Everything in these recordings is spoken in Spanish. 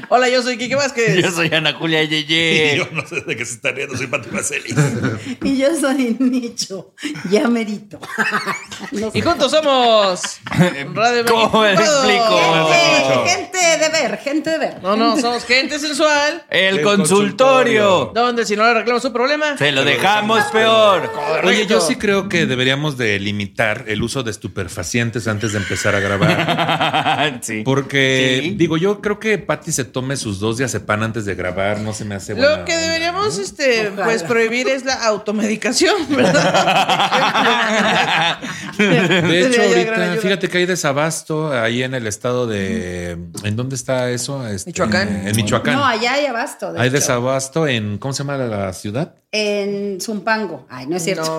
Hola, yo soy Quique Vázquez. Yo soy Ana Julia Yeye. Y yo no sé de qué se está riendo, soy Pati Vaselis. Y yo soy Nicho. Ya merito. No sé. Y juntos somos Radio ¿Cómo me explico? Gente de ver. No, somos gente sensual. El consultorio. Donde si no le reclamos su problema, Se lo dejamos peor. Oye, yo sí creo que deberíamos de limitar el uso de estupefacientes antes de empezar a grabar. Sí. Porque, Sí. digo, yo creo que Pati se tome sus 2 diazepam antes de grabar, no se me hace buena Lo que onda, deberíamos ¿no? pues prohibir es la automedicación, ¿verdad? De hecho, Sería ya gran ahorita, ayuda. fíjate que hay desabasto ahí en el estado de... ¿En dónde está eso? Michoacán. En Michoacán. No, allá hay abasto. Hay hecho. desabasto en... ¿Cómo se llama la ciudad? En Zumpango. Ay, no es cierto.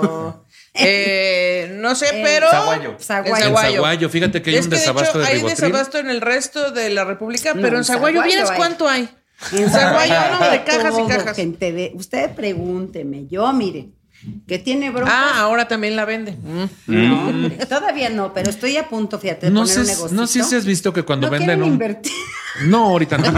No sé, pero Zaguayo. Zaguayo. En Zaguayo. Fíjate que hay un de desabasto hecho, de hay ribotril. desabasto en el resto de la República, No, pero en en Zaguayo, Zaguayo ¿vieras hay. cuánto hay? En Zaguayo, no, de cajas y todo, cajas. Gente usted pregúnteme. Yo, mire, que tiene broncas. Ahora también la vende. No, hombre, todavía no, pero estoy a punto, fíjate, de No poner un sé, negocio. no sé si has visto que cuando no venden quieren un... invertir. No, ahorita no.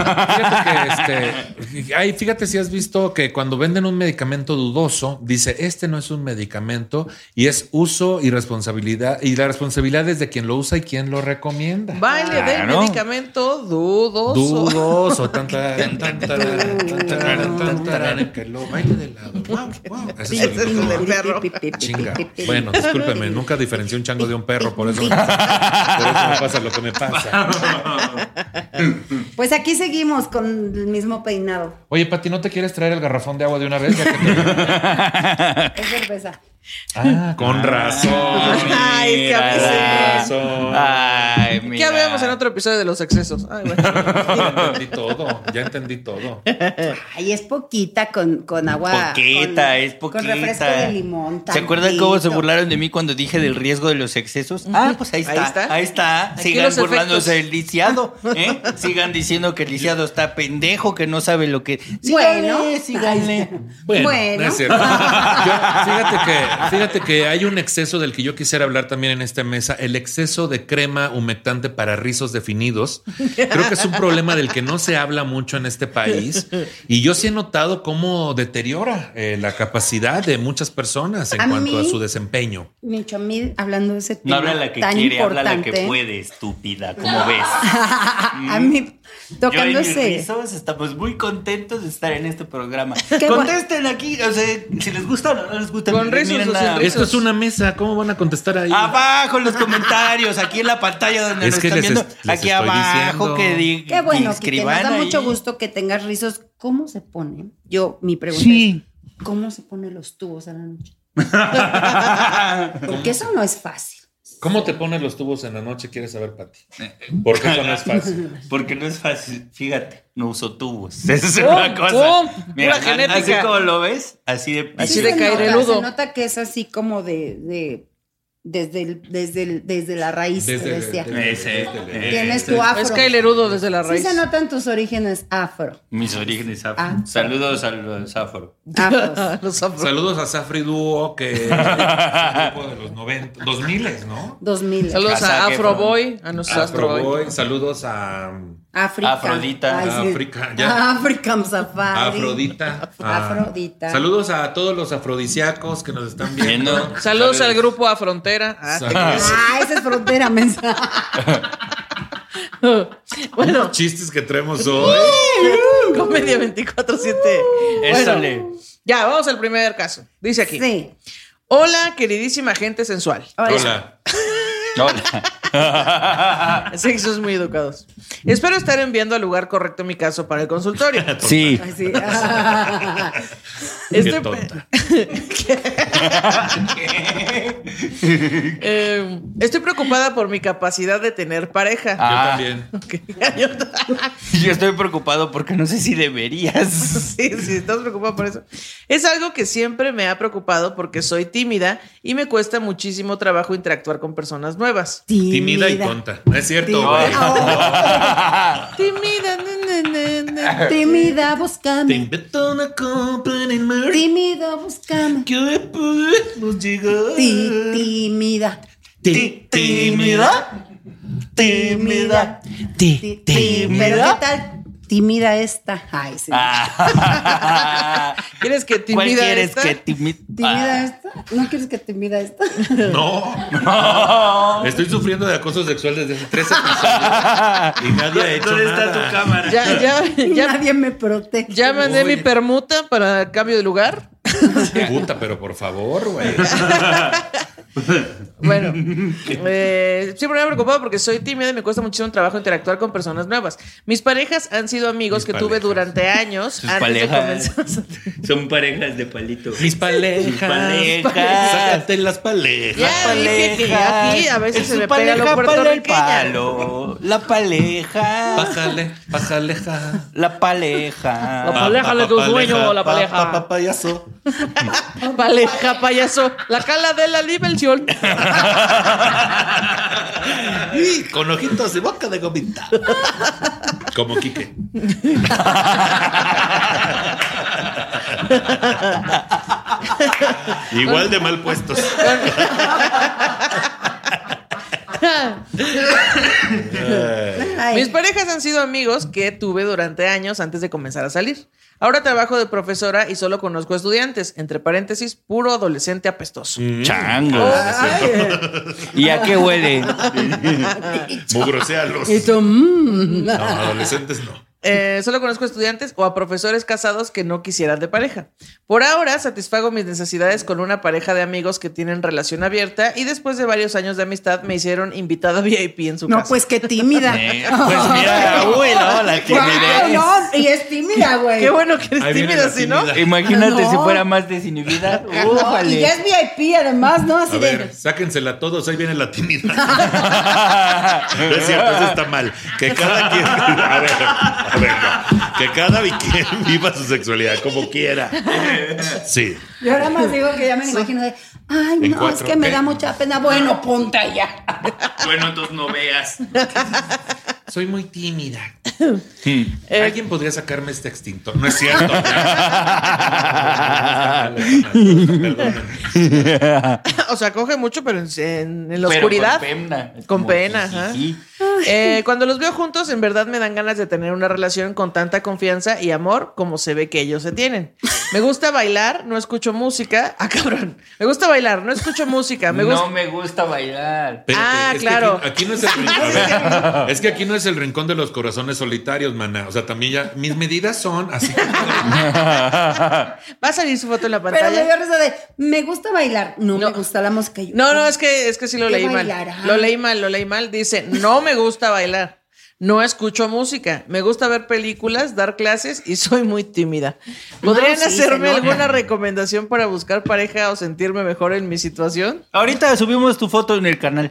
Fíjate si has visto que cuando venden un medicamento dudoso, dice, este no es un medicamento y es uso y responsabilidad. Y la responsabilidad es de quien lo usa y quien lo recomienda. Baile del Claro. medicamento dudoso. Dudoso. Que lo baile de lado. Wow, wow. Ese es Ese es el de perro. Chinga. Bueno, discúlpeme, nunca diferencié un chango de un perro, por eso me pasa lo que me pasa. Pues aquí seguimos con el mismo peinado. Oye, Pati, ¿no te quieres traer el garrafón de agua de una vez? Ya que Es cerveza. con razón. Ay, es que a mí se me- razón. Ay, ¿Qué mira. hablábamos en otro episodio de los excesos? Ay, bueno. Ya entendí todo. Ay, es poquita con agua. Poquita, es Con poquita. refresco de limón. ¿Se acuerdan cómo se tantito. burlaron de mí cuando dije del riesgo de los excesos? Pues ahí está. Ahí está. Aquí Sigan los burlándose efectos. del lisiado. Sigan diciendo que el lisiado está pendejo, que no sabe lo que. Bueno. Síganle. Bueno, Bueno. no es cierto. Fíjate que hay un exceso del que yo quisiera hablar también en esta mesa, el exceso de crema humectante para rizos definidos. Creo que es un problema del que no se habla mucho en este país y yo sí he notado cómo deteriora la capacidad de muchas personas en A cuanto mí- a su desempeño. Micho, a mí, hablando de ese No tema habla la que tan quiere, habla la importante, que puede, estúpida. ¿Cómo ves? a mí, Yo y tocando mis ese... rizos estamos muy contentos de estar en este programa. Qué Contesten aquí, o sea, si les gusta o no les gusta. Con rizos Miren o sin nada. rizos. Esto es una mesa, ¿cómo van a contestar ahí? Abajo en los comentarios, aquí en la pantalla donde Es nos que están les viendo. les Aquí estoy abajo diciendo. que digan. Qué bueno, que nos escriban da ahí. mucho gusto que tengas rizos. ¿Cómo se pone? Mi pregunta Sí. es, ¿cómo se ponen los tubos a la noche? Porque eso no es fácil. ¿Cómo te pones los tubos en la noche? ¿Quieres saber, Pati? Porque eso no es fácil. Porque no es fácil. Fíjate, no uso tubos. Esa es ¡Pum! una cosa. ¡Pum! Pura genética. Así como lo ves, así de Así Sí de se caireludo. nota, se nota que es así como desde la raíz, te decía. Tienes tu afro. Es cailerudo desde la Sí raíz. se notan tus orígenes afro. Mis orígenes afro. Ah. Saludos a los afro. Afros. Los afro. Saludos a Safri Duo, que es un grupo de los 90, 2000, ¿no? 2000. Saludos Zac a Efron. Afroboy, a nuestro Afroboy. Afroboy. Saludos a África. Afrodita. Ay, sí. África, ya. African Safari. Afrodita. Afrodita. Saludos a todos los afrodisíacos que nos están viendo. Viendo. Saludos al grupo A Frontera. Esa es frontera mensa. Bueno, Chistes que traemos hoy. Comedia 24/7. Échale. Ya, vamos al primer caso. Dice aquí. Sí. Hola, queridísima gente sensual. Hola. Hola. Sexos muy educados. Espero estar enviando al lugar correcto mi caso para el consultorio. Sí. Ay, sí. Qué Estoy, tonta. Estoy preocupada por mi capacidad de tener pareja. Yo Ah. también. Yo estoy preocupado porque no sé si deberías. Sí, estás preocupada por eso. Es algo que siempre me ha preocupado porque soy tímida y me cuesta muchísimo trabajo interactuar con personas nuevas. Tímida y tonta. No es cierto, güey. Tímida. Tímida, Te búscame. invito a una copa en el mar. Tímido, búscame. Que podemos llegar. Tímida. Tímida. Tímida. Pero ¿qué tal tímida esta. Ay, sí. ¿Quieres que ¿Cuál tímida quieres esta? que tímida? ¿Tímida esta? ¿No quieres que tímida esta? No. Estoy sufriendo de acoso sexual desde hace 3 episodios y nadie ha hecho ¿Dónde nada. está tu cámara? Ya Nadie me protege. ya mandé Oye. mi permuta para cambio de lugar. Puta, pero por favor, güey. Bueno, siempre me he preocupado porque soy tímida y me cuesta muchísimo trabajo interactuar con personas nuevas. Mis parejas han sido amigos Mis que tuve parejas. durante años Sus antes de parejas. comenzar. Son parejas de palito. Mis parejas. parejas. Sácate las parejas. Ya dije que aquí a veces Es se su me pega lo pareja para el puertorriqueño. palo. La pareja. Bájale, bájaleja. La pareja. La pareja de tu sueño, la pareja. Payaso. Pareja, payaso. La cala de la diversión. Y con ojitos y boca de gomita. Como Quique. Igual de mal puestos. Ay. Mis parejas han sido amigos que tuve durante años antes de comenzar a salir. Ahora trabajo de profesora y solo conozco estudiantes, entre paréntesis, puro adolescente apestoso. Changos. Ay, ¿Y a qué huele? Mugrosealos. Y tú, No, adolescentes no. Solo conozco estudiantes o a profesores casados que no quisieran de pareja. Por ahora satisfago mis necesidades con una pareja de amigos que tienen relación abierta y después de varios años de amistad me hicieron invitada VIP en su no, casa. pues qué tímida. Pues mira, uy, no, la timidez. No, y es tímida, güey. Qué bueno que eres Ahí viene tímida, la ¿sí, no? timida. Imagínate No. si fuera más desinhibida. No, y Újale. ya es VIP además, ¿no? Así A ver, sáquensela todos, ahí viene la timidez. No es cierto, eso está mal. Que cada quien. A ver, no. Que cada quien viva su sexualidad como quiera. Sí. Yo nada más digo que ya me lo imagino de, ay, En no, es 4K. que me da mucha pena. Bueno, ponte allá. Bueno, entonces no veas. Soy muy tímida. ¿Alguien podría sacarme este extintor? No es cierto. Perdónenme. O sea, coge mucho, pero en la Pero oscuridad. Con pena. Con Como pena, jijiji. Cuando los veo juntos, en verdad me dan ganas de tener una relación con tanta confianza y amor como se ve que ellos se tienen. Me gusta bailar, no escucho música. Ah, cabrón. Me gusta bailar, no escucho música. Me gusta. No me gusta bailar. Espérate, Ah, es que claro. aquí no es el rincón. A ver, es que aquí no es el rincón de los corazones solitarios, mana. O sea, también ya. Mis medidas son así. Va a salir su foto en la Pero me pantalla. dio risa de, me gusta bailar. No, No. me gusta la música. Yo, No, es que sí lo ¿Qué leí mal. bailará? Lo leí mal. Dice, no me gusta bailar. No escucho música. Me gusta ver películas, dar clases y soy muy tímida. ¿Podrían No, sí, hacerme se nota. alguna recomendación para buscar pareja o sentirme mejor en mi situación? Ahorita subimos tu foto en el canal.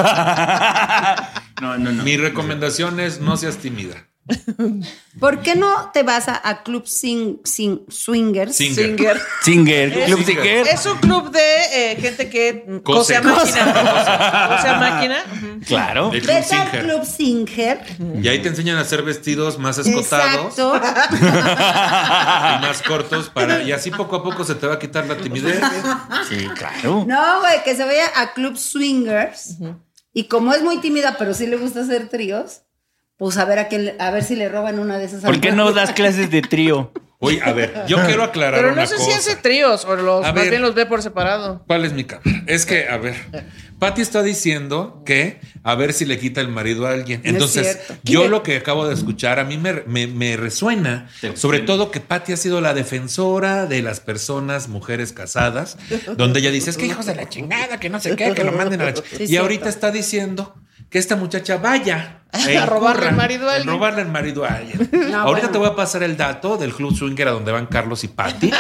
No. Mi recomendación es no seas tímida. ¿Por qué no te vas a Club Swingers? Singer. Singer. Club Es- Singer. Es un club de gente que cose a Cose. máquina. Cose a máquina. Ujú. Claro. El Club Vete al Singer. Club Singer. Y ahí te enseñan a hacer vestidos más escotados Exacto. y más cortos y así poco a poco se te va a quitar la timidez. Sí, claro. No, güey, que se vaya a Club Swingers. Y como es muy tímida, pero sí le gusta hacer tríos, pues a ver si le roban una de esas. ¿Por qué no das clases de trío? Oye, a ver, yo quiero aclarar Pero no una sé cosa. si hace tríos o A más ver. bien los ve por separado. ¿Cuál es mi cámara? Es que, a ver, Pati está diciendo que a ver si le quita el marido a alguien. No es Entonces, cierto. yo lo que acabo de escuchar, a mí me resuena, sobre todo que Pati ha sido la defensora de las personas, mujeres casadas, donde ella dice, es que hijos de la chingada, que no sé qué, que lo manden a la chingada. Sí, Y ahorita cierto. está diciendo que esta muchacha vaya A robarle el marido a alguien. robarle el marido a alguien. No, Ahorita bueno. te voy a pasar el dato del Club Swinger a donde van Carlos y Pati.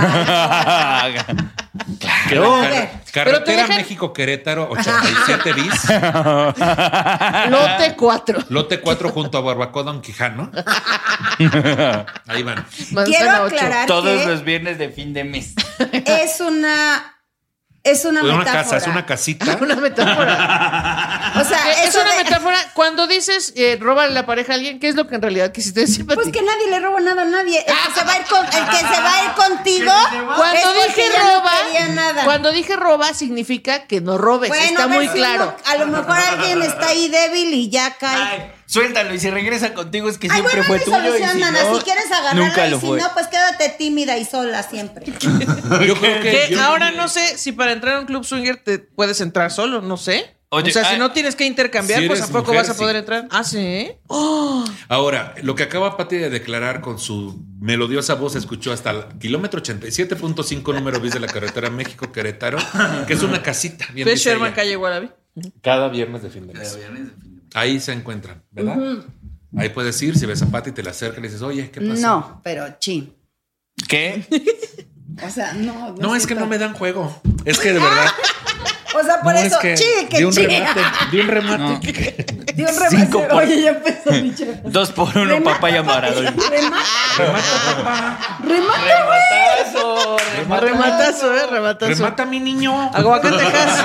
Claro. A ver, pero te Carretera dejan- México-Querétaro 87 bis. Lote 4. Lote 4 junto a Barbacoa Don Quijano. Ahí van. Quiero Manzana 8. aclarar Todos que los viernes de fin de mes. es una Una metáfora. casa, es una casita. Una metáfora. O sea, Es eso una de- metáfora. Cuando dices róbale la pareja a alguien, ¿qué es lo que en realidad quisiste decir, Pati? Pues que nadie le roba nada a nadie. El que se va a ir contigo. Cuando es porque dije ya no roba, quería nada. cuando dije roba significa que no robes. Bueno, Está a ver muy si claro. a lo mejor alguien está ahí débil y ya cae. Ay, Suéltalo y si regresa contigo es que Ay, siempre bueno, fue mi tuyo. Y solución, si mana, no, si quieres agarrarla nunca y lo si fue. no, pues quédate tímida y sola siempre. Yo creo que Ahora no sé si para entrar a un club swinger te puedes entrar solo, no sé. Oye, o sea, si no tienes que intercambiar, si pues ¿a eres poco mujer, vas a poder sí. entrar? Ah, ¿sí? Ahora, lo que acaba Pati de declarar con su melodiosa voz, escuchó hasta el kilómetro 87.5 número bis de la carretera México-Querétaro, que es una casita. Bien ¿Ves dice Sherman ella. Calle Guarabi? Cada viernes de fin de mes. Ahí se encuentran, ¿verdad? Ahí puedes ir, si ves a Pati, te la acercas y le dices, oye, ¿qué pasó? No, pero chin. ¿Qué? O sea, no. No, es que siento. no me dan juego. Es que de verdad. O sea, por no, eso, es chi, que de un chi. remate. De un remate. No. De un remate. 5 por- Oye, ya empezó mi chef. 2 por 1, Remata, papaya papi. Maradona. Remata, Rematazo. Rematazo, rematazo. Remata mi niño. Aguacatejas.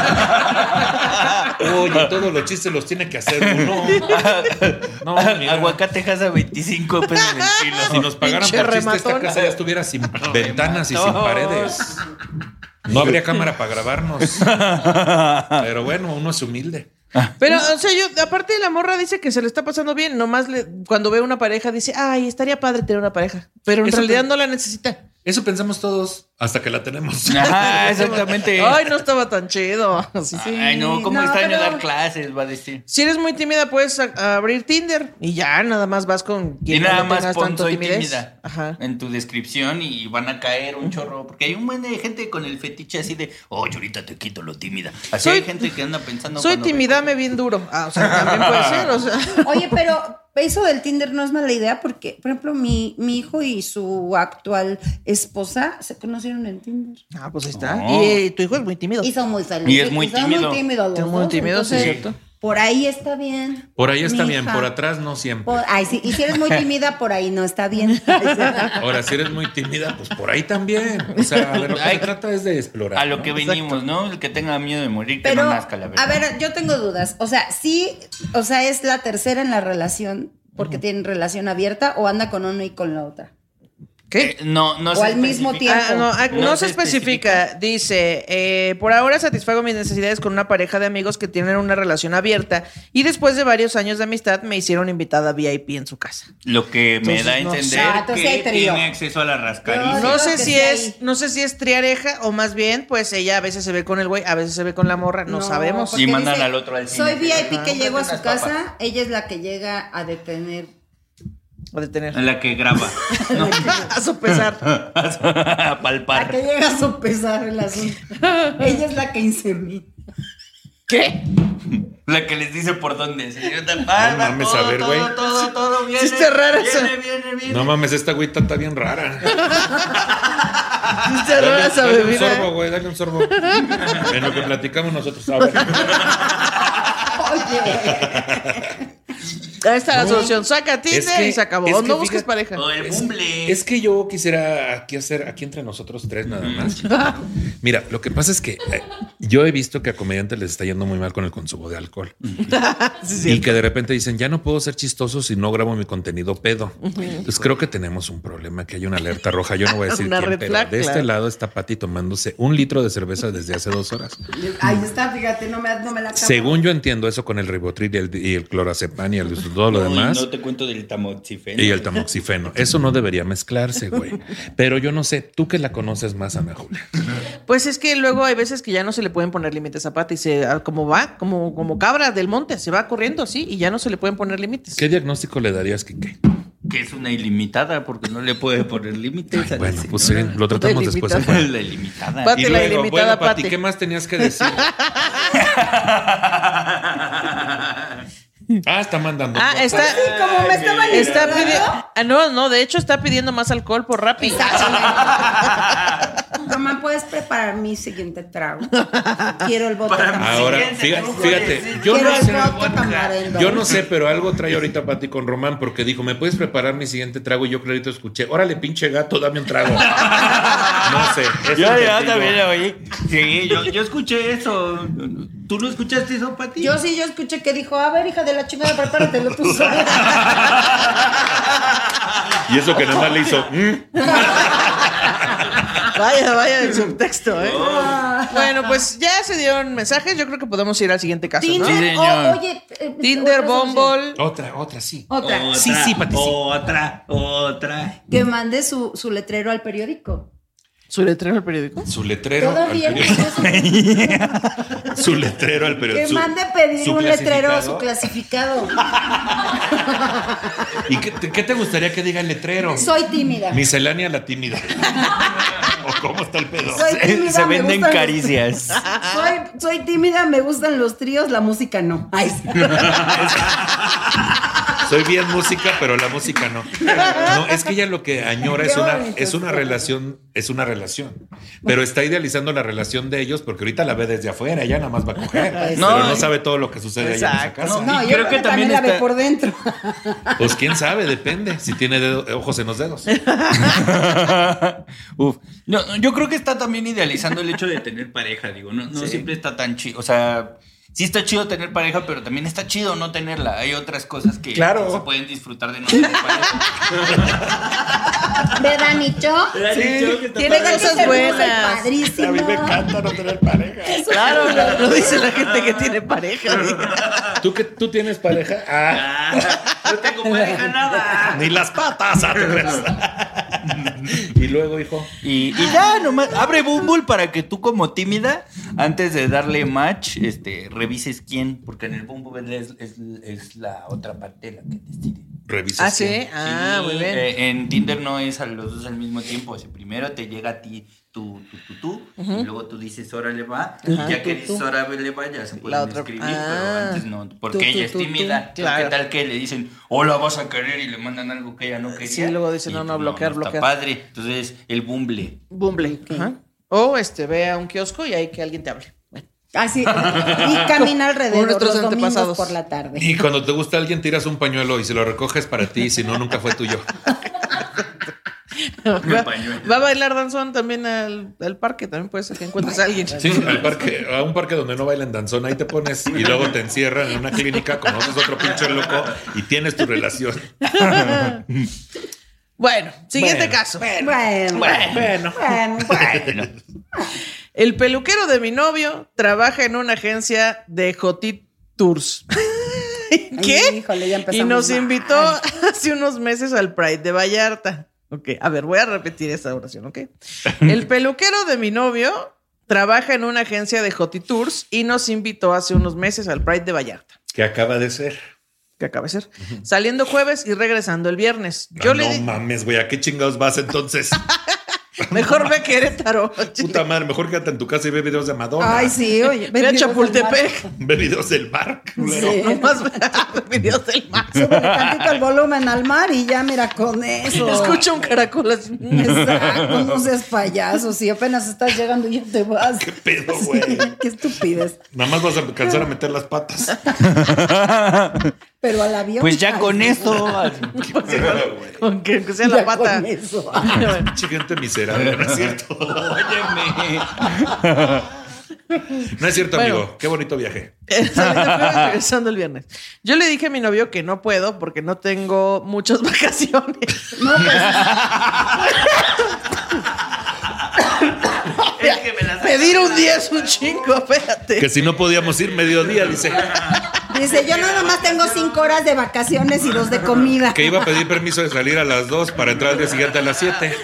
Oye, todos los chistes los tiene que hacer uno. No, mira. Aguacatejas a 25 pesos el kilo. Si nos pagaran Pinche por chiste, esta rematón. casa ya estuviera sin ventanas y sin paredes. No habría cámara para grabarnos. Pero bueno, uno es humilde. Pero, o sea, aparte de la morra dice que se le está pasando bien, nomás cuando ve una pareja dice, ay, estaría padre tener una pareja. Pero en Eso realidad que- no la necesita. Eso pensamos todos hasta que la tenemos. Ajá, exactamente. Ay, no estaba tan chido. Sí. Ay, no, cómo No, extraño pero- dar clases, va a decir. Si eres muy tímida, puedes abrir Tinder y ya nada más vas con Y quien no nada le más tengas pon tanto soy timidez. tímida Ajá. en tu descripción y van a caer un chorro. Porque hay un buen de gente con el fetiche así de, oye, ahorita te quito lo tímida. Así Soy- hay gente que anda pensando. Soy cuando ve timidame bien duro. Ah, o sea, también puede ser. O sea. Oye, pero eso del Tinder no es mala idea porque, por ejemplo, mi hijo y su actual esposa se conocieron en Tinder. Ah, pues ahí está. No. Y tu hijo es muy tímido. Y son muy felices. Y es muy son tímido. muy tímidos los Son muy dos, tímidos, sí, entonces, cierto. Por ahí está bien. Por ahí está bien, mija. por atrás no siempre. Ay, sí. Y si eres muy tímida, por ahí no está bien. Ahora, si eres muy tímida, pues por ahí también. O sea, de lo que Ay, se trata es de explorar. A lo ¿no? que venimos, ¿no? El que tenga miedo de morir, que Pero, no nazca la verdad. a ver, yo tengo dudas. O sea, sí, o sea, es la tercera en la relación porque tienen relación abierta o anda con uno y con la otra. ¿Qué? No, no O se al mismo especifica. tiempo. No se especifica. Dice, por ahora satisfago mis necesidades con una pareja de amigos que tienen una relación abierta y después de varios años de amistad me hicieron invitada VIP en su casa. Lo que me Entonces, da a no sé. entender Entonces hay que trío. tiene acceso a la rascariza. Yo No creo sé que si sí hay. no sé si es triareja o más bien, pues ella a veces se ve con el güey, a veces se ve con la morra, no sabemos. porque Y mandan al otro al cine. Soy VIP que Ajá. llego a su Unas casa, papas. ella es la que llega a detener. O de tener. En la que graba. No. A sopesar. A La palpar. que llega a sopesar el asunto. Ella es la que insemina. ¿Qué? La que les dice por dónde. No mames, a ver, güey. Todo viene. Sí está rara esa. Viene. No mames, esta agüita está bien rara. Sí está rara esa Dale un bebida. sorbo, güey, dale un sorbo. En lo que platicamos nosotros. A ver. Ahí está la solución. Saca Tinder que- y se acabó. es que No busques fíjate- pareja. O el Bumble. Es que yo quisiera aquí entre nosotros tres nada más. Mira, lo que pasa es que yo he visto que a comediantes les está yendo muy mal con el consumo de alcohol. Y que de repente dicen, ya no puedo ser chistoso si no grabo mi contenido pedo. Entonces creo que tenemos un problema, que hay una alerta roja. Yo no voy a decir Una quién, red pero flag, de este claro. lado está Pati tomándose 1 litro de cerveza desde hace 2 horas. Ahí está, fíjate, no me la acabo. Según yo entiendo eso con el ribotril y el clorazepam y todo lo Uy, demás. No te cuento del tamoxifeno. Y el tamoxifeno. Eso no debería mezclarse, güey. Pero yo no sé, tú que la conoces más, Ana Julia. Pues es que luego hay veces que ya no se le pueden poner límites a Pati. Como va, como cabra del monte, se va corriendo así y ya no se le pueden poner límites. ¿Qué diagnóstico le darías, Quique? Que es una ilimitada porque no le puede poner límites. a la Bueno, pues sí, señora. lo tratamos después. Ilimitada. afuera. La ilimitada. Pati, Y la luego, ilimitada bueno, Pati, Pati. ¿qué más tenías que decir? Está mandando. Ah, WhatsApp. está. Sí, como me estaban Está ignorando. pidiendo. No, de hecho está pidiendo más alcohol por Rappi. Román, ¿puedes preparar mi siguiente trago? Quiero el bote Para mí. camarero. Ahora, Siguiente, fíjate, yo Quiero no el sé. bote camarero. Yo no sé, pero algo trae ahorita Pati con Román porque dijo, ¿me puedes preparar mi siguiente trago? Y yo clarito escuché, órale, pinche gato, dame un trago. No sé. eso Ya entendí también yo. lo oí. Sí, yo escuché eso. ¿Tú no escuchaste eso, Pati? Yo sí, yo escuché que dijo, a ver, hija de la chingada, prepáratelo tú sola. Y eso que nada más le hizo. Vaya el subtexto, ¿eh? Bueno, pues ya se dieron mensajes. Yo creo que podemos ir al siguiente caso, ¿no? Tinder, Sí, señor. oye. Tinder, otra solución. Bumble. Otra, sí. Otra. Sí, Pati, sí. Otra. Que mande su letrero al periódico. ¿Su letrero al periódico? Su letrero al Todavía periódico. Su letrero al que periódico. mande pedir su un letrero, su clasificado. clasificado. ¿Y qué te gustaría que diga el letrero? Soy tímida. Miscelánea la tímida. ¿O cómo está el pedo? Soy tímida, Se me venden gustan los- caricias. Soy tímida, me gustan los tríos, la música no. Ay, sí. Soy bien música, pero la música no. No, es que ella lo que añora Qué bonito es una relación. Pero está idealizando la relación de ellos porque ahorita la ve desde afuera, ella nada más va a coger. No, pero no sabe todo lo que sucede allá en esa Exacto. casa. No, Y yo creo que también también la ve está- por dentro. Pues quién sabe, depende. Si tiene ojos en los dedos. Uf. No, yo creo que está también idealizando el hecho de tener pareja, digo, no siempre está tan chido, o sea, sí está chido tener pareja, pero también está chido no tenerla. Hay otras cosas que Claro. se pueden disfrutar de no tener pareja. ¿Verdad, Nicho? Tiene cosas buenas. Padrísimo. A mí me encanta no tener pareja. Claro, lo dice la gente que tiene pareja. ¿Tú tienes pareja? No tengo pareja nada. Ni las patas, ¿te crees? Y luego, hijo. Y ya, nomás, abre Bumble para que tú como tímida, antes de darle match, revises quién, porque en el Bumble es la otra parte la que decide. Revisa. Ah, sí. Ah, Sí, muy bien. En Tinder no es a los dos al mismo tiempo. O sea, primero te llega a ti tú, y luego tú dices, órale va. Y ya que dices, órale va, ya se pueden otra- escribir, Ah. pero antes no. Porque ella es tímida. Entonces, Claro. ¿qué tal que le dicen, hola, vas a querer? Y le mandan algo que ella no quería. Sí, luego dicen, Y, no, pues, bloquear. Está padre. Entonces, el Bumble. Bumble. Ajá. O ve a un kiosco y ahí que alguien te hable. Bueno. Así. Y camina alrededor Como nuestros los domingos antepasados. por la tarde. Y cuando te gusta alguien, tiras un pañuelo y si lo recoges para ti, si no, nunca fue tuyo. Va a bailar danzón también al parque. También puede ser que encuentres a alguien. Sí, a un parque donde no bailan danzón, ahí te pones y luego te encierran en una clínica, conoces otro pinche loco y tienes tu relación. Bueno, siguiente Bueno. caso. Bueno. El peluquero de mi novio trabaja en una agencia de Jotit Tours. ¿Qué? Ay, híjole, ya empezamos Y nos mal. invitó hace unos meses al Pride de Vallarta. Ok, a ver, voy a repetir esta oración, ¿ok? El peluquero de mi novio trabaja en una agencia de Jotit Tours y nos invitó hace unos meses al Pride de Vallarta. Que acaba de ser. Que acaba de ser. Saliendo jueves y regresando el viernes. Yo le no di- mames, güey, ¿a qué chingados vas entonces? Mejor ve a Querétaro. Puta madre, mejor quédate en tu casa y ve videos de Madonna. Ay, sí, oye. Ve a Chapultepec. Ve videos del mar, culero. Sí. Nomás ve videos del mar. Súbele tantito el volumen al mar y ya, mira, con eso. Escucha un caracol así. Exacto, no seas payaso. Si apenas estás llegando y ya te vas. ¿Qué pedo, güey? Qué estupidez. Nada más vas a alcanzar a meter las patas. Pero al avión. Pues ya ay, con sí. eso. ¿Qué pedo, güey? Aunque sea la Ya pata. con eso. Bueno, Pinche gente miserable, ¿no es cierto? Óyeme. No es cierto, Bueno. amigo. Qué bonito viaje. saliendo jueves, regresando el viernes. Yo le dije a mi novio que no puedo porque no tengo muchas vacaciones. No, pues, Es que me las Pedir un día es un chingo, espérate. Que si no podíamos ir mediodía, dice. dice, yo nada más tengo 5 horas de vacaciones y 2 de comida. Que iba a pedir permiso de salir a las 2 para entrar al día siguiente a las 7.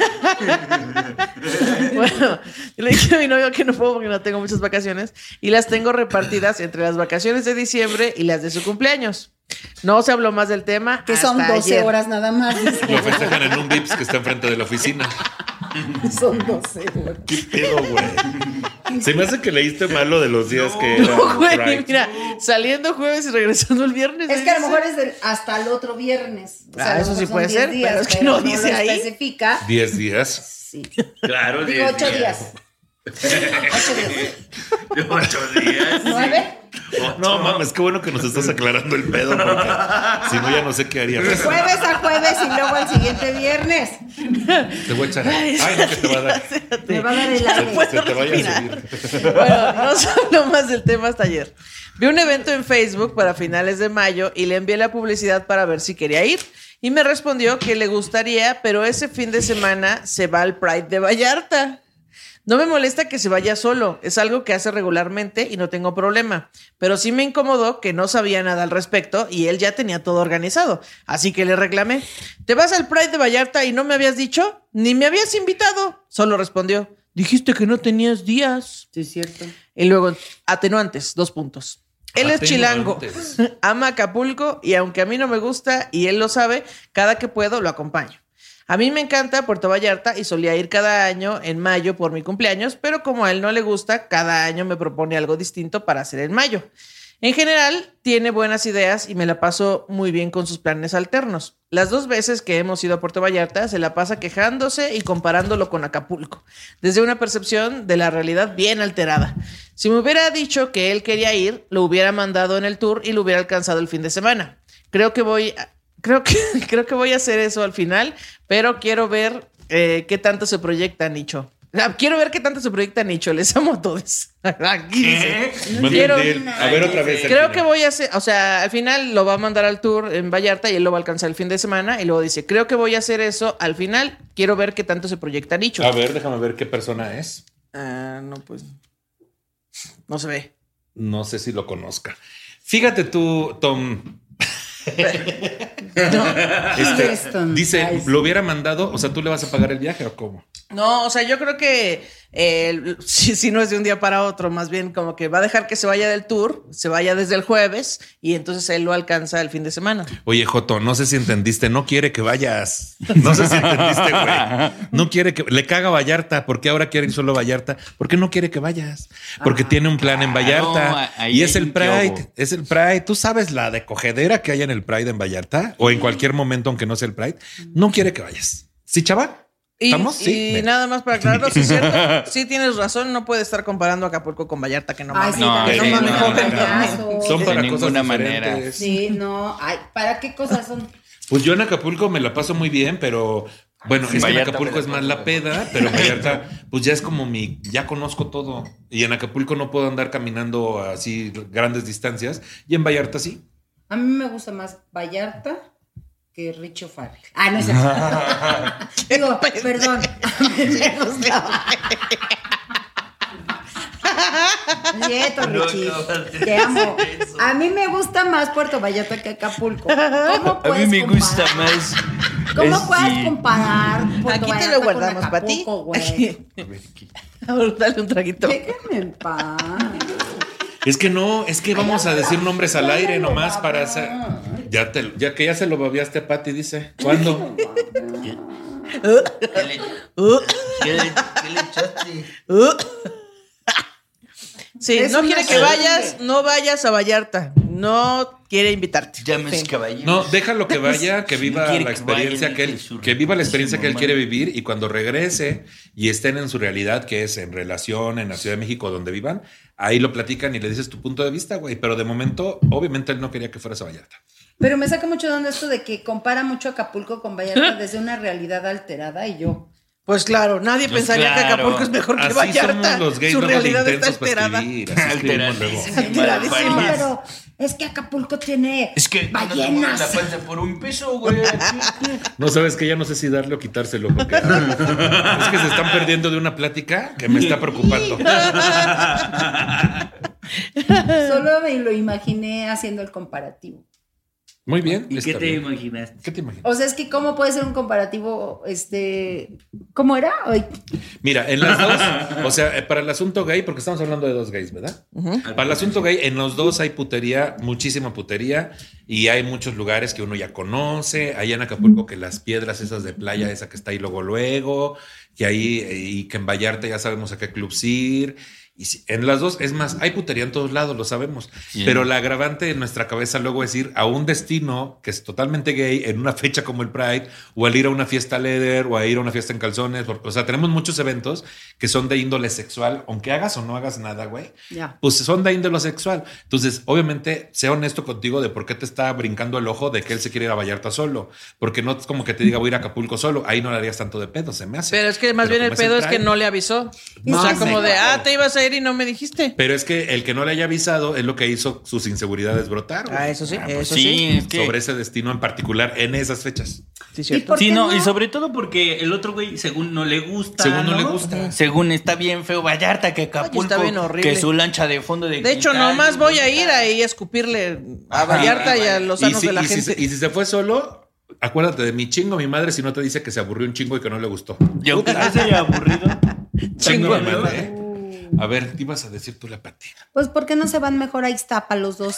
Bueno, yo le dije a mi novio que no puedo porque no tengo muchas vacaciones y las tengo repartidas entre las vacaciones de diciembre y las de su cumpleaños. No se habló más del tema. Que son hasta 12 ayer. horas nada más. dice. Lo festejan en un Vips que está enfrente de la oficina. Son 12 horas. ¿Qué pedo, güey? Se me hace que leíste mal lo de los días que era No, güey, Pride. mira, saliendo jueves y regresando el viernes. Es que a lo dice. mejor es hasta el otro viernes. O sea, a lo eso mejor sí son puede 10 ser, días, pero es que no dice lo ahí. especifica. 10 días. Sí. Claro, Digo 8 días. 8 días. 8 días. 9. No mames, qué bueno que nos estás aclarando el pedo, porque si no ya no sé qué haría. Jueves a jueves y luego al siguiente viernes. Te voy a echar. Ay, no, que te va a dar. Me va a dar el aire. Se te vaya a subir. Bueno, no se habló más del tema hasta ayer. Vi un evento en Facebook para finales de mayo y le envié la publicidad para ver si quería ir. Y me respondió que le gustaría, pero ese fin de semana se va al Pride de Vallarta. No me molesta que se vaya solo, es algo que hace regularmente y no tengo problema, pero sí me incomodó que no sabía nada al respecto y él ya tenía todo organizado, así que le reclamé. ¿Te vas al Pride de Vallarta y no me habías dicho? Ni me habías invitado. Solo respondió, dijiste que no tenías días. Sí, es cierto. Y luego, atenuantes, 2 puntos. Él es chilango, ama Acapulco y aunque a mí no me gusta y él lo sabe, cada que puedo lo acompaño. A mí me encanta Puerto Vallarta y solía ir cada año en mayo por mi cumpleaños, pero como a él no le gusta, cada año me propone algo distinto para hacer en mayo. En general, tiene buenas ideas y me la paso muy bien con sus planes alternos. Las 2 veces que hemos ido a Puerto Vallarta se la pasa quejándose y comparándolo con Acapulco, desde una percepción de la realidad bien alterada. Si me hubiera dicho que él quería ir, lo hubiera mandado en el tour y lo hubiera alcanzado el fin de semana. Creo que voy a hacer eso al final, pero quiero ver qué tanto se proyecta Nicho. Quiero ver qué tanto se proyecta Nicho. Les amo a todos. Aquí dice. A ver otra vez. Creo que voy a hacer, o sea, al final lo va a mandar al tour en Vallarta y él lo va a alcanzar el fin de semana y luego dice, creo que voy a hacer eso al final. Quiero ver qué tanto se proyecta Nicho. A ver, déjame ver qué persona es. No, pues no se ve. No sé si lo conozca. Fíjate tú, Tom. Dice, lo hubiera mandado, o sea, ¿tú le vas a pagar el viaje o cómo? No, o sea, yo creo que si no es de un día para otro, más bien como que va a dejar que se vaya del tour, se vaya desde el jueves y entonces él lo alcanza el fin de semana. Oye, Joto, no sé si entendiste, no quiere que vayas. No sé si entendiste, güey. No quiere que le caga Vallarta. ¿Por qué ahora quiere ir solo a Vallarta? ¿Por qué no quiere que vayas? Porque tiene un plan en Vallarta y es el Pride. Es el Pride. ¿Tú sabes la de cogedera que hay en el Pride en Vallarta? O en cualquier momento, aunque no sea el Pride. No quiere que vayas. ¿Sí, chava? ¿Estamos? Sí. Y nada más para aclararlo, sí es cierto, sí tienes razón, no puede estar comparando Acapulco con Vallarta, que no mames. Sí, no, son para de cosas ninguna diferentes. manera. Sí, no. Ay, ¿para qué cosas son? Pues yo en Acapulco me la paso muy bien, pero bueno, es que en Vallarta Acapulco es más la peda, pero Vallarta, pues ya es como ya conozco todo. Y en Acapulco no puedo andar caminando así grandes distancias. Y en Vallarta sí. A mí me gusta más Vallarta que Richo Farrell. No es eso. Digo, perdón. Nieto, Richie. Te amo. A mí me gusta más Puerto Vallarta que Acapulco. ¿Cómo puedes A mí me gusta comparar? más. ¿Cómo puedes comparar Puerto Aquí te Vallarta lo guardamos con para ti. Acapulco, güey? Ahora dale un traguito. Déjenme en paz. Es que no, es que vamos a decir nombres al aire nomás para hacer. Ya que ya se lo babeaste a Pati, dice. ¿Cuándo? ¿Qué le echaste? Sí, Es no una quiere que suerte. vayas, no vayas a Vallarta. No quiere invitarte. Llames caballero. No, déjalo que vaya, que viva No quiere la que vaya experiencia ni que que él, su que viva la experiencia que él quiere mamá. vivir y cuando regrese y estén en su realidad, que es en relación en la Ciudad de México donde vivan, ahí lo platican y le dices tu punto de vista, güey. Pero de momento, obviamente él no quería que fueras a Vallarta. Pero me saca mucho de onda esto de que compara mucho Acapulco con Vallarta desde una realidad alterada y yo. Pues claro, nadie Pues pensaría que claro. Acapulco es mejor que Así Vallarta. somos los gays Su luego de realidad está intensos para alterada. escribir. Así escribimos luego. Alteradísima. No, pero es que Acapulco tiene Es que no te mueves la ballenas. panza por un peso, güey. No sabes que ya no sé si darle o quitárselo. Porque es que se están perdiendo de una plática que me está preocupando. Solo me lo imaginé haciendo el comparativo. Muy bien. ¿Y qué está te bien. imaginaste? ¿Qué te imaginas? O sea, es que ¿cómo puede ser un comparativo? ¿Cómo era? Ay, Mira, en las dos, o sea, para el asunto gay, porque estamos hablando de dos gays, ¿verdad? Para el asunto gay, en los dos hay putería, muchísima putería, y hay muchos lugares que uno ya conoce. Allá en Acapulco, que las piedras esas de playa, esa que está ahí luego, que ahí, y que en Vallarta ya sabemos a qué clubs ir. Y en las dos, es más, hay putería en todos lados, lo sabemos. Sí. Pero la agravante en nuestra cabeza luego es ir a un destino que es totalmente gay en una fecha como el Pride, o al ir a una fiesta leather, o a ir a una fiesta en calzones. O sea, tenemos muchos eventos que son de índole sexual, aunque hagas o no hagas nada, güey. ya. Pues son de índole sexual. Entonces, obviamente, sé honesto contigo de por qué te está brincando el ojo de que él se quiere ir a Vallarta solo. Porque no es como que te diga voy a ir a Acapulco solo. Ahí no le harías tanto de pedo, se me hace. Pero es que más Pero bien el como pedo es que Pride, no le avisó. No, O sea, sí, como de, claro. te ibas a ir ayer y no me dijiste. Pero es que el que no le haya avisado es lo que hizo sus inseguridades brotar. Güey. Ah, eso sí, pues eso sí, sí. es que... Sobre ese destino en particular en esas fechas. Sí, cierto. ¿por Sí, qué no, no? y sobre todo porque el otro güey, según no le gusta. Según no le gusta. Según está bien feo Vallarta, que Acapulco, está bien horrible. que su lancha de fondo de De hecho, cristal, nomás voy a bonita. ir ahí a escupirle a Vallarta y a los sanos de la gente. Y si se fue solo, acuérdate de mi chingo mi madre si no te dice que se aburrió un chingo y que no le gustó. Y aunque no se haya aburrido. Chingo mi ¿no? madre. A ver, ¿qué ibas a decir tú, la Pati? Pues, ¿por qué no se van mejor a Ixtapa los dos?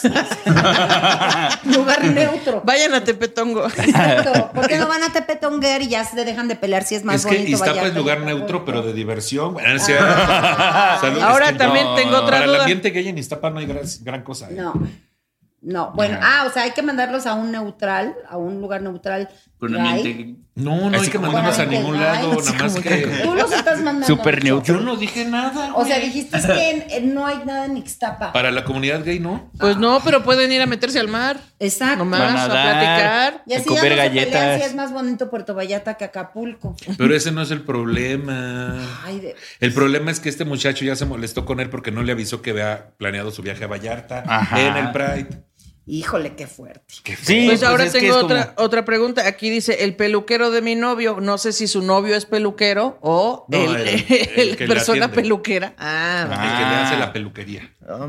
Lugar neutro. Vayan a Tepetongo. Exacto. ¿Por qué no van a Tepetonguer y ya se dejan de pelear si es más Es que bonito Iztapa es Vallarta lugar y neutro, Acapulco? pero de diversión. Bueno, es cierto. Salud, Ahora es que también tengo otra para el duda. ambiente gay en Iztapa no hay gran cosa. ¿eh? No, bueno, o sea, hay que mandarlos a un neutral, a un lugar neutral. Con gay. ambiente No hay Así que como mandarnos a que ningún hay, lado, así nada más que... Tú los estás mandando. Súper neutro. Yo no dije nada, O sea, güey. dijiste que no hay nada en Ixtapa. Para la comunidad gay, ¿no? Pues no, pero pueden ir a meterse al mar. Exacto. Nomás Van a a nadar. platicar. Y así comer ya no se pelean galletas. si es más bonito Puerto Vallarta que Acapulco. Pero ese no es el problema. Ay, El problema es que este muchacho ya se molestó con él porque no le avisó que había planeado su viaje a Vallarta Ajá. en el Pride. híjole, qué fuerte. Sí, Pues ahora es que tengo es como- otra pregunta. Aquí dice el peluquero de mi novio. No sé si su novio es peluquero o No, el el que le persona atiende. peluquera. El que le hace la peluquería.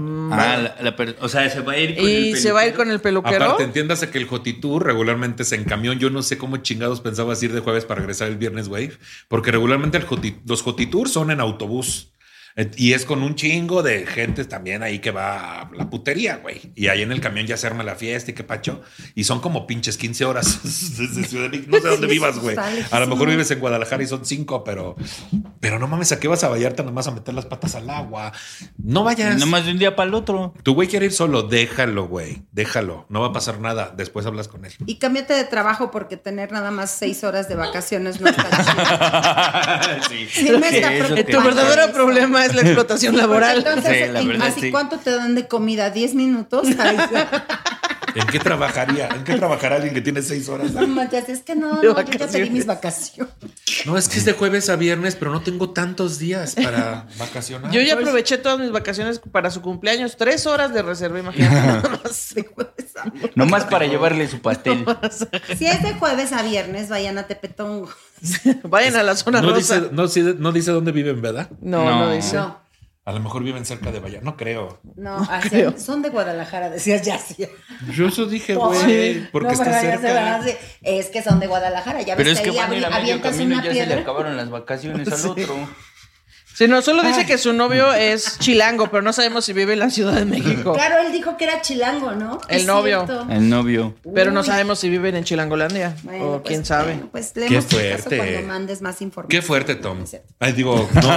O sea, se va a ir con el Y se va a ir con el peluquero. Aparte, entiéndase que el Jotitour regularmente es en camión. Yo no sé cómo chingados pensabas ir de jueves para regresar el viernes, güey. Porque regularmente los Jotitours son en autobús. Y es con un chingo de gente también ahí que va a la putería, güey. Y ahí en el camión ya se arma la fiesta y qué pacho. Y son como pinches 15 horas desde Ciudad de México. No sé dónde Sí, vivas, eso güey. está A lo lejísimo. mejor vives en Guadalajara y son 5, pero no mames, ¿a qué vas a Vallarta nomás a meter las patas al agua? No vayas. Nomás de un día para el otro. Tu güey quiere ir solo, déjalo, güey. Déjalo. No va a pasar nada. Después hablas con él. Y cámbiate de trabajo porque tener nada más 6 horas de vacaciones no está chido. Sí. Sí, me está eso preocupando. que- Tu verdadero Eso. problema es la explotación laboral. Entonces, Sí, la verdad, así sí. ¿cuánto te dan de comida? ¿10 minutos? Ay, ¿En qué trabajaría? ¿En qué trabajará alguien que tiene 6 horas? no manches, es que no, De yo ya pedí vacaciones. mis vacaciones. No, es que es de jueves a viernes, pero no tengo tantos días para vacacionar. Yo ya aproveché todas mis vacaciones para su cumpleaños. 3 horas de reserva, imagínate. Nada más. Nomás para llevarle su pastel. Si es de jueves a viernes, vayan a Tepetongo. Vayan a la zona No rosa. no dice dónde viven, ¿verdad? No, No. no dice. No, A lo mejor viven cerca de Vallarta. No creo. no, así, creo. son de Guadalajara, decías ya. Sí. Yo eso dije, Oh, güey. Porque no, está pero ya se van cerca. así. Es que son de Guadalajara, ya Pero ves es que que ahí van a ir a medio avientas camino una y ya se le piedra. acabaron las vacaciones al otro. Sí, no, solo dice que su novio es chilango, pero no sabemos si vive en la Ciudad de México. Claro, él dijo que era chilango, ¿no? El Es novio. cierto. El novio. Pero no Uy. sabemos si viven en Chilangolandia. Bueno, o pues, quién sabe. bueno, pues Qué leemos tu caso fuerte. cuando mandes más información. Qué fuerte, Tom. Es cierto. Ay, digo, no,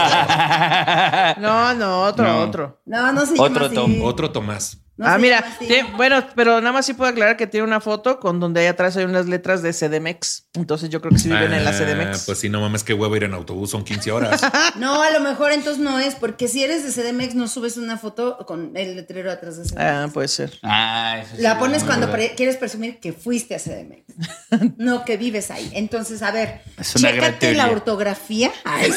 sí, No, otro, No. otro. No se Otro llama así. Tom, otro Tomás. No Ah, se mira, llama así. bueno, pero nada más sí puedo aclarar que tiene una foto con donde ahí atrás hay unas letras de CDMX. Entonces yo creo que sí viven en la CDMX. Pues sí, no mames, qué huevo ir en autobús, son 15 horas. No, a lo mejor entonces no es, porque si eres de CDMX no subes una foto con el letrero atrás de CDMX. Ah, puede ser. Eso sí, La pones no, cuando ¿verdad? quieres presumir que fuiste a CDMX, no que vives ahí. Entonces, a ver, Es una gran chécate la teoría. ortografía. Ay,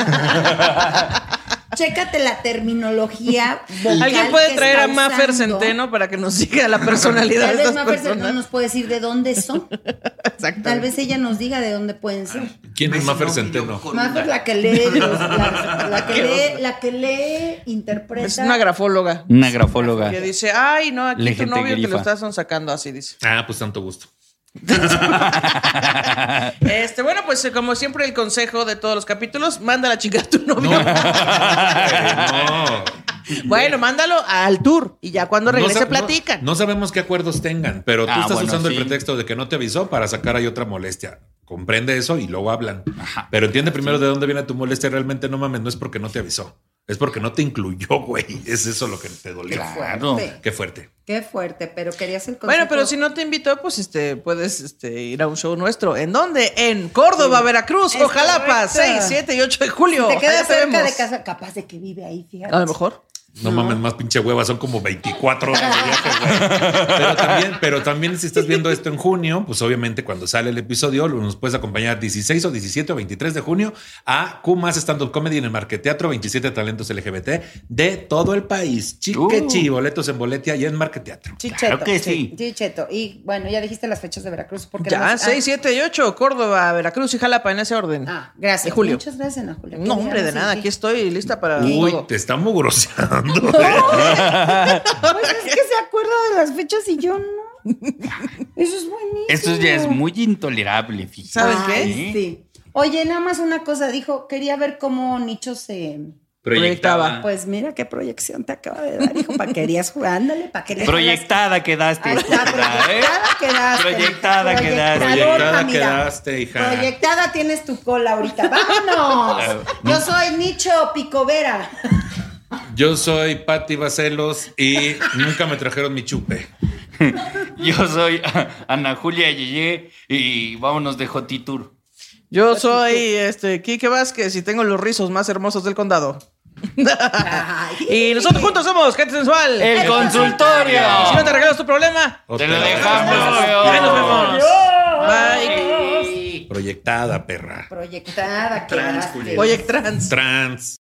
chécate la terminología vocal. ¿Alguien puede que traer a está Maffer usando. Centeno para que nos diga la personalidad Tal de vez estas Maffer no personas? nos puede decir de dónde son. Exacto. Tal vez ella nos diga de dónde pueden ser. ¿Quién es Maffer Centeno? Maffer la que lee, la que lee, interpreta. Es una grafóloga Una grafóloga. que dice, ay, no, aquí Le tu gente novio te lo grifa. estás sacando así, dice. Ah, pues tanto gusto. Bueno, pues como siempre el consejo de todos los capítulos, mándala a chingar a tu novio. No. Bueno, mándalo al tour y ya cuando regrese sa- platican. No sabemos qué acuerdos tengan, pero tú Ah, estás bueno, usando sí. el pretexto de que no te avisó para sacar ahí otra molestia. Comprende eso y luego hablan. Ajá. Pero entiende primero de dónde viene tu molestia. Realmente no mames, no es porque no te avisó. Es porque no te incluyó, güey. Es eso lo que te dolió. Claro. Qué fuerte. Qué fuerte, pero querías el consejo. Bueno, pero si no te invitó, pues puedes ir a un show nuestro. ¿En dónde? En Córdoba, Veracruz, Es Ojalapa, correcto. 6, 7 y 8 de julio. te queda Allá te cerca vemos. de casa, capaz de que vive ahí, fíjate. A lo mejor. No mames, más pinche hueva, son como 24 horas de viaje, güey. Pero también si estás viendo esto en junio, pues obviamente cuando sale el episodio nos puedes acompañar 16 o 17 o 23 de junio a Q+ Stand Up Comedy en el Marqueteatro, 27 talentos LGBT de todo el país. Chiquechi, boletos en Boletia y en Marqueteatro. Claro que sí. Cheto. Y bueno, ya dijiste las fechas de Veracruz. Porque Ya, 6, 7 y 8, Córdoba, Veracruz y Jalapa en ese orden. Gracias. De julio. Muchas gracias, Ana Julia. No, hombre, de nada. Aquí estoy lista para Uy, todo. te está mugroseando. Pues es que se acuerda de las fechas y yo no. Eso es buenísimo. Esto ya es muy intolerable, fíjate. ¿Saben qué? Ay, sí. Oye, nada más una cosa. Dijo, quería ver cómo Nicho se... Proyectaba. Pues mira qué proyección te acaba de dar, hijo. ¿Para querías jugar? Ándale, ¿para qué le Proyectada quedaste. Ahí está, proyectada quedaste. Proyectada quedaste. Proyectada Mira. quedaste, hija. Proyectada tienes tu cola ahorita. ¡Vámonos! Yo soy Nicho Picovera. Yo soy Patti Bacelos y nunca me trajeron mi chupe. Yo soy Ana Julia Yeye y vámonos de Jotitour. Yo soy Quique Vázquez y tengo los rizos más hermosos del condado. Y nosotros juntos somos Gente Sensual. El consultorio. Y si no te arreglas tu problema, Te lo dejamos. ahí nos vemos. Bye. Proyectada, perra. Proyectada Trans, quedaste. culero. Oye, trans. Trans.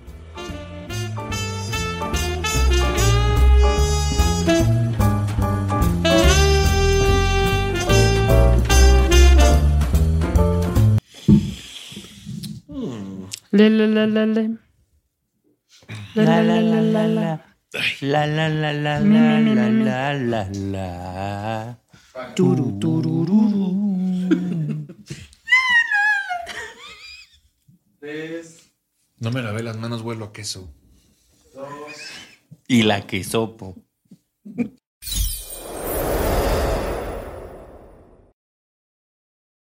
Le, le, le, le, le. La la la la la. La la la la la la la la. Turu turururu. No me lavé las manos, vuelo a queso. Y la que sopo.